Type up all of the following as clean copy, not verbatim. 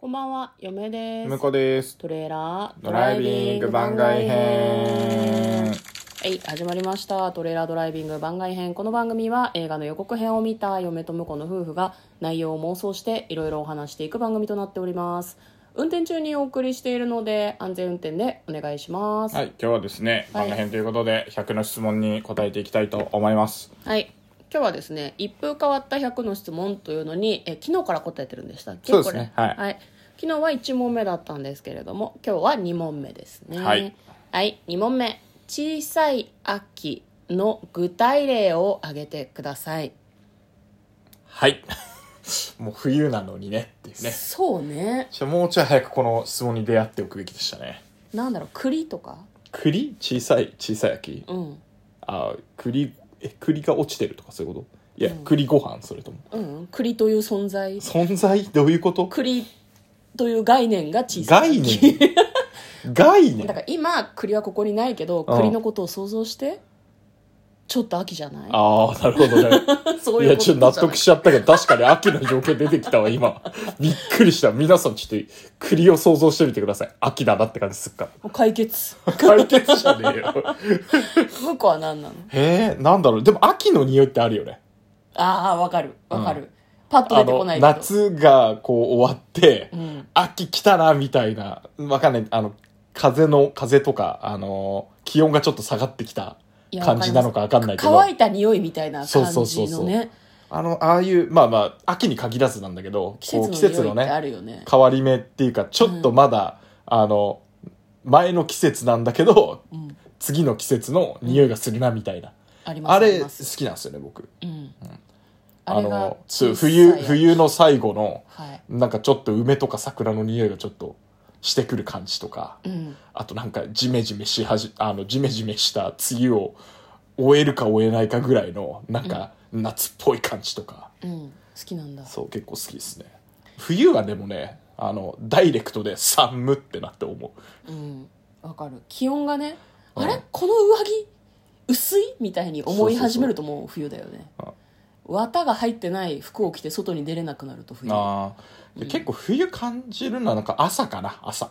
こんばんは、嫁です。 向こうです。 トレーラードライビング番外編。 はい、始まりました。トレーラードライビング番外編。この番組は映画の予告編を見た嫁と婿の夫婦が内容を妄想していろいろお話していく番組となっております。運転中にお送りしているので安全運転でお願いします。 はい、今日はですね、番外編ということで、100の質問に答えていきたいと思います。 はい。今日はですね、一風変わった100の質問というのに昨日から答えてるんでしたっけ？ そうですね。はい。 はい。昨日は1問目だったんですけれども、今日は2問目ですね。 はい。 はい、2問目。小さい秋の具体例を挙げてください。 はい。もう冬なのにねっていうね。 そうね。 もうちょい早くこの質問に出会っておくべきでしたね。 なんだろう、栗とか？ 栗？小さい秋？ うん。 栗が落ちてるとかそういうこと？いや、栗ご飯それとも。 うん、栗という存在。 存在？どういうこと？ 栗という概念が小さい秋。 概念だから今栗はここにないけど、栗のことを想像してちょっと秋じゃない？ ああ、なるほどね。 そういうことじゃない？ いや、ちょっと納得しちゃったけど、確かに秋の条件出てきたわ、今。びっくりした。皆さんちょっと栗を想像してみてください。秋だなって感じすっかもう解決。 ら。解決じゃねえよ。 向こうは何なの？ なんだろう。でも秋の匂いってあるよね。 ああ、わかる。パッと出てこないけど。 夏がこう終わって、 ん秋来たな、みたいな。わかんない。風とか、気温がちょっと下がってきた感じなのかわかんないけど。 乾いた匂いみたいな感じのね。 そうああいう秋に限らずなんだけど、 季節の匂いってあるよね。 変わり目っていうか、ちょっとまだ、前の季節なんだけど、次の季節の匂いがするなみたいな。 あります。 あれ好きなんですよね、僕。 あれが小さい冬の最後の、 はい、 なんかちょっと梅とか桜の匂いがちょっとしてくる感じとか、あとなんかジメジメした梅雨を終えるか終えないかぐらいのなんか夏っぽい感じとか、 好きなんだ。 そう結構好きですね。冬はでもね、ダイレクトで寒ってなって思う。 わかる。気温がね、あれこの上着薄いみたいに思い始めるともう冬だよね。綿が入ってない服を着て外に出れなくなると冬。 結構冬感じるのはなんか朝かな。朝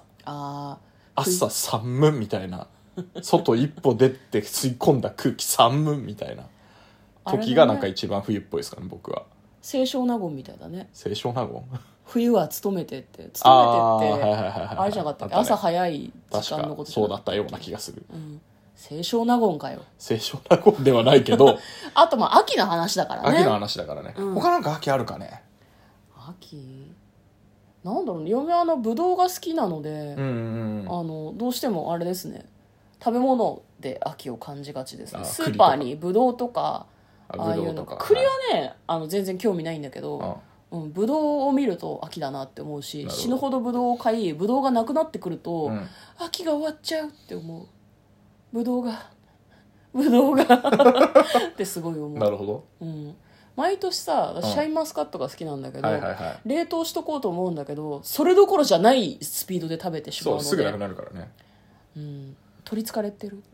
寒みたいな。外一歩出て吸い込んだ空気寒みたいな時がなんか一番冬っぽいですかね、僕は。 清少納言みたいだね。 清少納言冬は勤めてってあれじゃなかったっけ、朝早い時間のことじゃそうだったような気がする。 清少納言かよ。 清少納言ではないけどあと秋の話だからね。 秋の話だからね、他なんか秋あるかね。 秋なんだろうね、嫁はブドウが好きなので、どうしてもあれですね、食べ物で秋を感じがちですね。スーパーにブドウとかああいうの、栗はね、全然興味ないんだけど、ブドウを見ると秋だなって思うし、死ぬほどブドウを買い、ブドウがなくなってくると、秋が終わっちゃうって思う。ブドウがってすごい思う。 なるほど。 毎年さ、シャインマスカットが好きなんだけど、冷凍しとこうと思うんだけど、それどころじゃないスピードで食べてしまうので、 すぐなくなるからね。 取りつかれてる。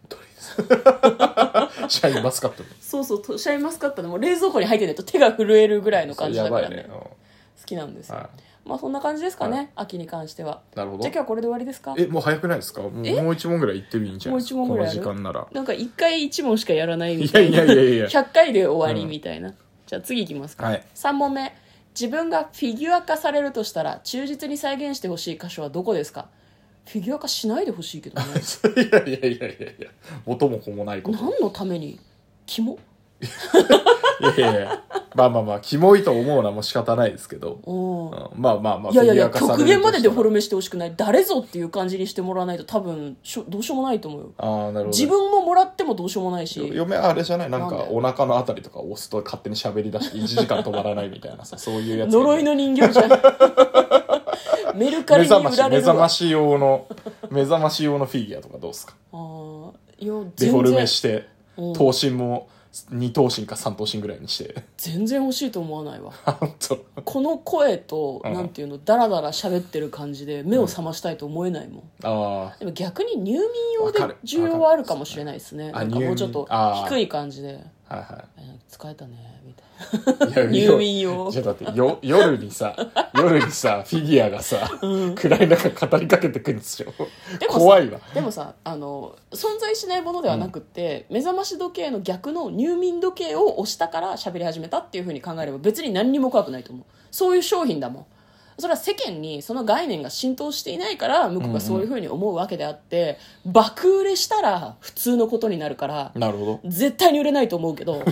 シャインマスカット。 そうシャインマスカットでも冷蔵庫に入ってないと手が震えるぐらいの感じだからね。好きなんですよ。そんな感じですかね、秋に関しては。 なるほど。 じゃあ今日はこれで終わりですか？ もう早くないですか？もう一問ぐらい行ってみいいんじゃないですか？ もう一問ぐらいこの時間なら。 なんか1回1問しかやらないみたいな。 いや 100回で終わりみたいな。じゃあ次いきますか。3問目。自分がフィギュア化されるとしたら忠実に再現してほしい箇所はどこですか？フィギュア化しないでほしいけどね。 いや元も子もないこと。 何のために？キモ？ いやキモいと思うのはもう仕方ないですけど、 いや極限までデフォルメしてほしくない。誰ぞっていう感じにしてもらわないと多分どうしようもないと思うよ。 なるほど。 自分ももらってもどうしようもないし。 嫁はあれじゃない、なんかお腹のあたりとか押すと勝手に喋り出して1時間止まらないみたいなさ、そういうやつ。 呪いの人形じゃん。メルカリに売られるわ。 目覚まし用のフィギュアとかどうですか？ デデフォルメして頭身も2頭身か3頭身ぐらいにして全然欲しいと思わないわ。 本当。 この声と、なんていうの、ダラダラ喋ってる感じで目を覚ましたいと思えないもん。でも逆に入眠用で需要はあるかもしれないですね。なんかもうちょっと低い感じで、 疲れたねみたいな。入眠用。 じゃあだって夜にさフィギュアがさ、暗い中語りかけてくるんですよ。怖いわ。 でもさ存在しないものではなくって、目覚まし時計の逆の入眠時計を押したから喋り始めたっていう風に考えれば別に何にも怖くないと思う。そういう商品だもん。それは世間にその概念が浸透していないから向こうがそういう風に思うわけであって、爆売れしたら普通のことになるから、 なるほど、 絶対に売れないと思うけど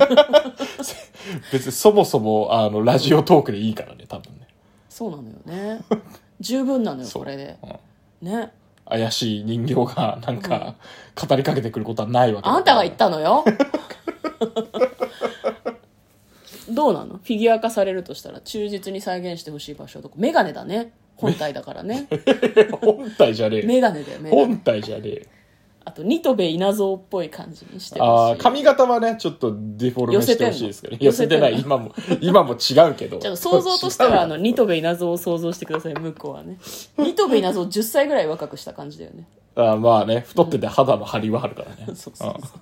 別にそもそもラジオトークでいいからね、多分ね。 そうなのよね。十分なのよこれで、ね。 怪しい人形がなんか語りかけてくることはないわけだ。 あんたが言ったのよどうなの？フィギュア化されるとしたら忠実に再現してほしい場所はどこ？メガネだね。本体だからね。 本体じゃねえ。 メガネだよ。 本体じゃねえ。 あとニトベ稲造っぽい感じにしてほしい。 髪型はねちょっとデフォルメしてほしいですけど、寄せてない。今も違うけど。 じゃあ想像としてはニトベ稲造を想像してください。向こうはね。ニトベ稲造10歳ぐらい若くした感じだよね。 まあね、太ってて肌の張りはあるからね。 そう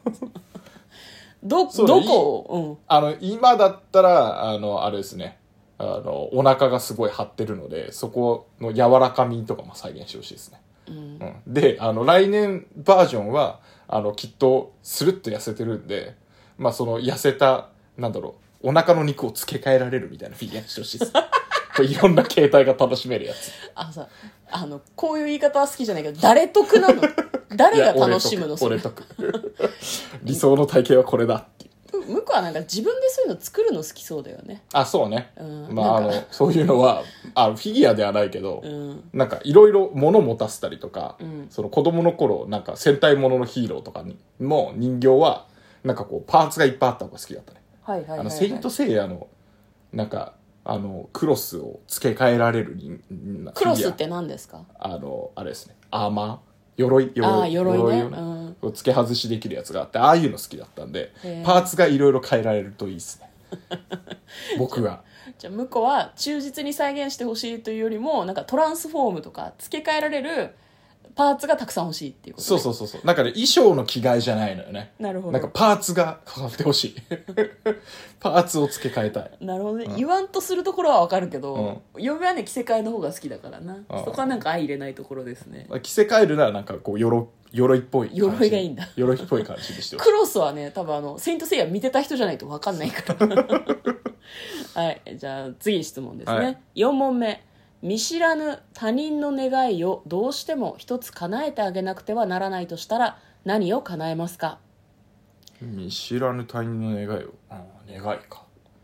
どこを、 今だったらあれですね、お腹がすごい張ってるので、そこの柔らかみとかも再現してほしいですね。で来年バージョンはきっとスルッと痩せてるんで、まあその痩せたお腹の肉を付け替えられるみたいなフィギュアにしてほしいですいろんな形態が楽しめるやつ。 こういう言い方は好きじゃないけど、誰得なの？誰が楽しむの？ 俺得理想の体型はこれだっていう。 向こうはなんか自分でそういうの作るの好きそうだよね。 そうね、そういうのはフィギュアではないけど、なんかいろいろ物持たせたりとか、その子供の頃なんか戦隊もののヒーローとかの人形はなんかこうパーツがいっぱいあった方が好きだったね。セイントセイヤのなんかクロスを付け替えられるクロスって何ですか？ あれですね、アーマー、鎧をね、付け外しできるやつがあって、ああいうの好きだったんで、パーツがいろいろ変えられるといいですね僕は。 じゃあ向こうは忠実に再現してほしいというよりも、なんかトランスフォームとか付け替えられるパーツがたくさん欲しいっていうこと、ね、 そうなんかね、衣装の着替えじゃないのよね。 なるほど。 なんかパーツが変わってほしいパーツを付け替えたい。 なるほどね、言わんとするところはわかるけど、嫁はね着せ替えの方が好きだからな。そこはなんか相入れないところですね。 着せ替えるならなんかこう鎧っぽい感じ。 鎧がいいんだ。 鎧っぽい感じにしてほしいクロスはね多分セイントセイヤ見てた人じゃないとわかんないからはい、じゃあ次質問ですね、4問目。見知らぬ他人の願いをどうしても一つ叶えてあげなくてはならないとしたら何を叶えますか？ 見知らぬ他人の願いを、願いか。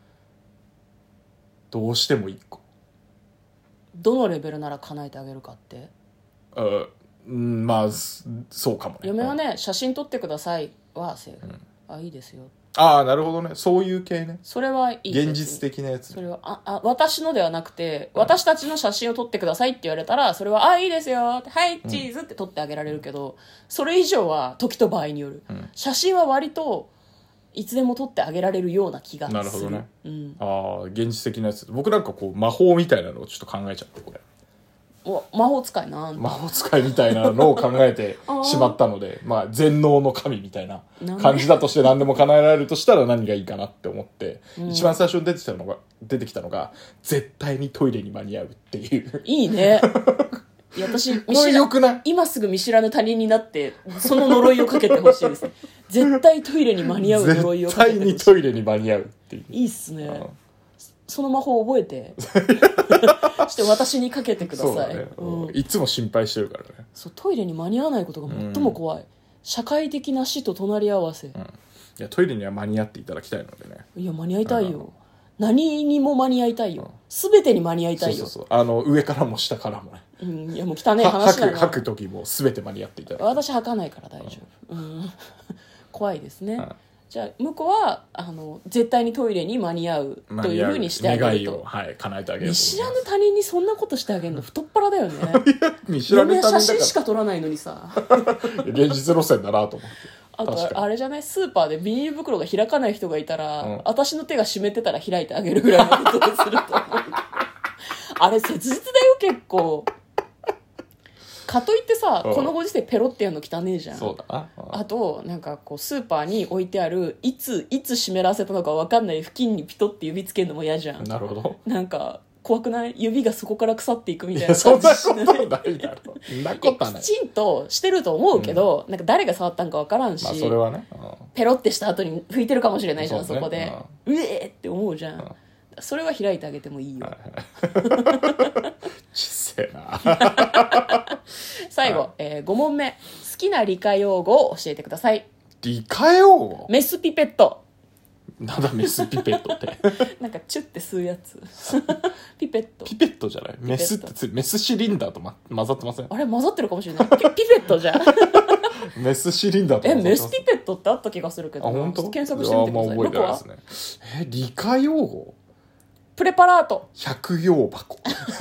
どうしても1個。 どのレベルなら叶えてあげるかって？ まあそうかもね。 嫁はね、写真撮ってくださいはセーフ、いいですよ。 なるほどね、そういう系ね。 それはいい。 現実的なやつ。 それは私のではなくて、私たちの写真を撮ってくださいって言われたら、それはいいですよって、はいチーズって撮ってあげられるけど、それ以上は時と場合による、写真は割といつでも撮ってあげられるような気がする。 なるほどね、現実的なやつ。僕なんかこう魔法みたいなのをちょっと考えちゃって、これ魔法使いな。 魔法使いみたいなのを考えてしまったので全能の神みたいな感じだとして、何でも叶えられるとしたら何がいいかなって思って、一番最初に出てきたのが絶対にトイレに間に合うっていう。 いいね。いや私今すぐ見知らぬ他人になってその呪いをかけてほしいですね。絶対トイレに間に合う呪いをかけてほしい。 絶対にトイレに間に合うっていう。 いいっすね。その魔法を覚えてして私にかけてください。 そうだね、いつも心配してるからね。 そう、トイレに間に合わないことが最も怖い、社会的な死と隣り合わせ、 いやトイレには間に合っていただきたいのでね。 いや間に合いたいよ、何にも間に合いたいよ、全てに間に合いたいよ。 そう上からも下からもね、 いやもう汚い話だな。 吐く時も全て間に合っていただきたい。 私吐かないから大丈夫、怖いですね、じゃあ向こうは絶対にトイレに間に合うというふうにしてあげると。 願いを、叶えてあげる。 見知らぬ他人にそんなことしてあげるの太っ腹だよね。 見知らぬ他人だから写真しか撮らないのにさ現実路線だなと思って。 あとあれじゃない、スーパーでビニール袋が開かない人がいたら、私の手が湿ってたら開いてあげるぐらいのことをすると思うあれ切実だよ結構。 かといってさ、 うんこのご時世ペロってやるの汚ねえじゃん。 そうだな。 あとなんかこうスーパーに置いてあるいつ湿らせたのか分かんない布巾にピトって指つけるのも嫌じゃん。 なるほど。 なんか怖くない？指がそこから腐っていくみたいいや、 なそんな感じしない？ ことないだろ。そんなことはない。 きちんとしてると思うけど、なんか誰が触ったんか分からんし、 まあ、それはね。 ペロってした後に拭いてるかもしれないじゃん、 そうねそこで、うえーって思うじゃん、それは開いてあげてもいいよ。 ちっせえな。 最後、5問目。好きな理科用語を教えてください。 理科用語？ メスピペット。 なんだメスピペットって。 なんかチュッて吸うやつ。ピペット。 ピペットじゃない？メスってメスシリンダーと、混ざってません？ あれ混ざってるかもしれない。ピペットじゃん。 メスシリンダーと混ざってます。 メスピペットってあった気がするけどあ、本当？ 検索してみてください。 あんま覚えてないですね。理科用語？ プレパラート。 百葉箱。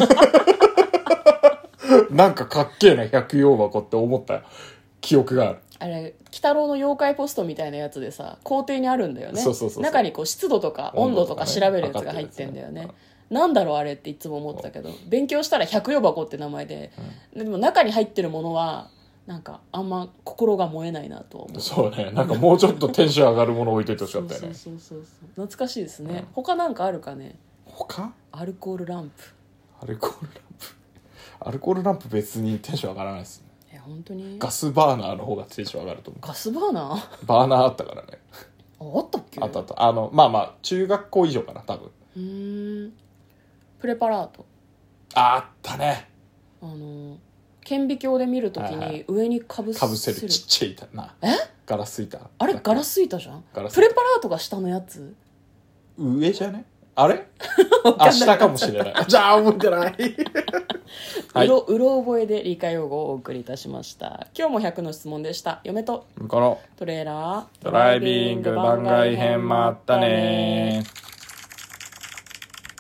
なんかかっけえな、百葉箱って思った記憶がある。 あれ、鬼太郎の妖怪ポストみたいなやつでさ、校庭にあるんだよね。 そう中にこう湿度とか温度とか調べるやつが入ってんだよね。なんだろうあれっていつも思ってたけど、勉強したら百葉箱って名前で、でも中に入ってるものはなんかあんま心が燃えないなと思う。 そうね、なんかもうちょっとテンション上がるもの置いといてほしかったよね。 そう懐かしいですね、他なんかあるかね。 他？ アルコールランプ。 アルコールランプ。アルコールランプ別にテンション上がらないですね。 本当にガスバーナーの方がテンション上がると思う。 ガスバーナーバーナーあったからね。 あったっけ？ あった。まあ中学校以上かな、多分。 プレパラート。 あったね。 顕微鏡で見るときに上にかぶせるちっちゃいな。ガラス板。 あれガラス板じゃん。 ガラス板プレパラートが下のやつ。 上じゃね？あれ？下かもしれない。じゃあ覚えてない。 はい、うろ覚えで理科用語をお送りいたしました。今日も100の質問でした。嫁とこのトレーラードライビング番外編もあったね。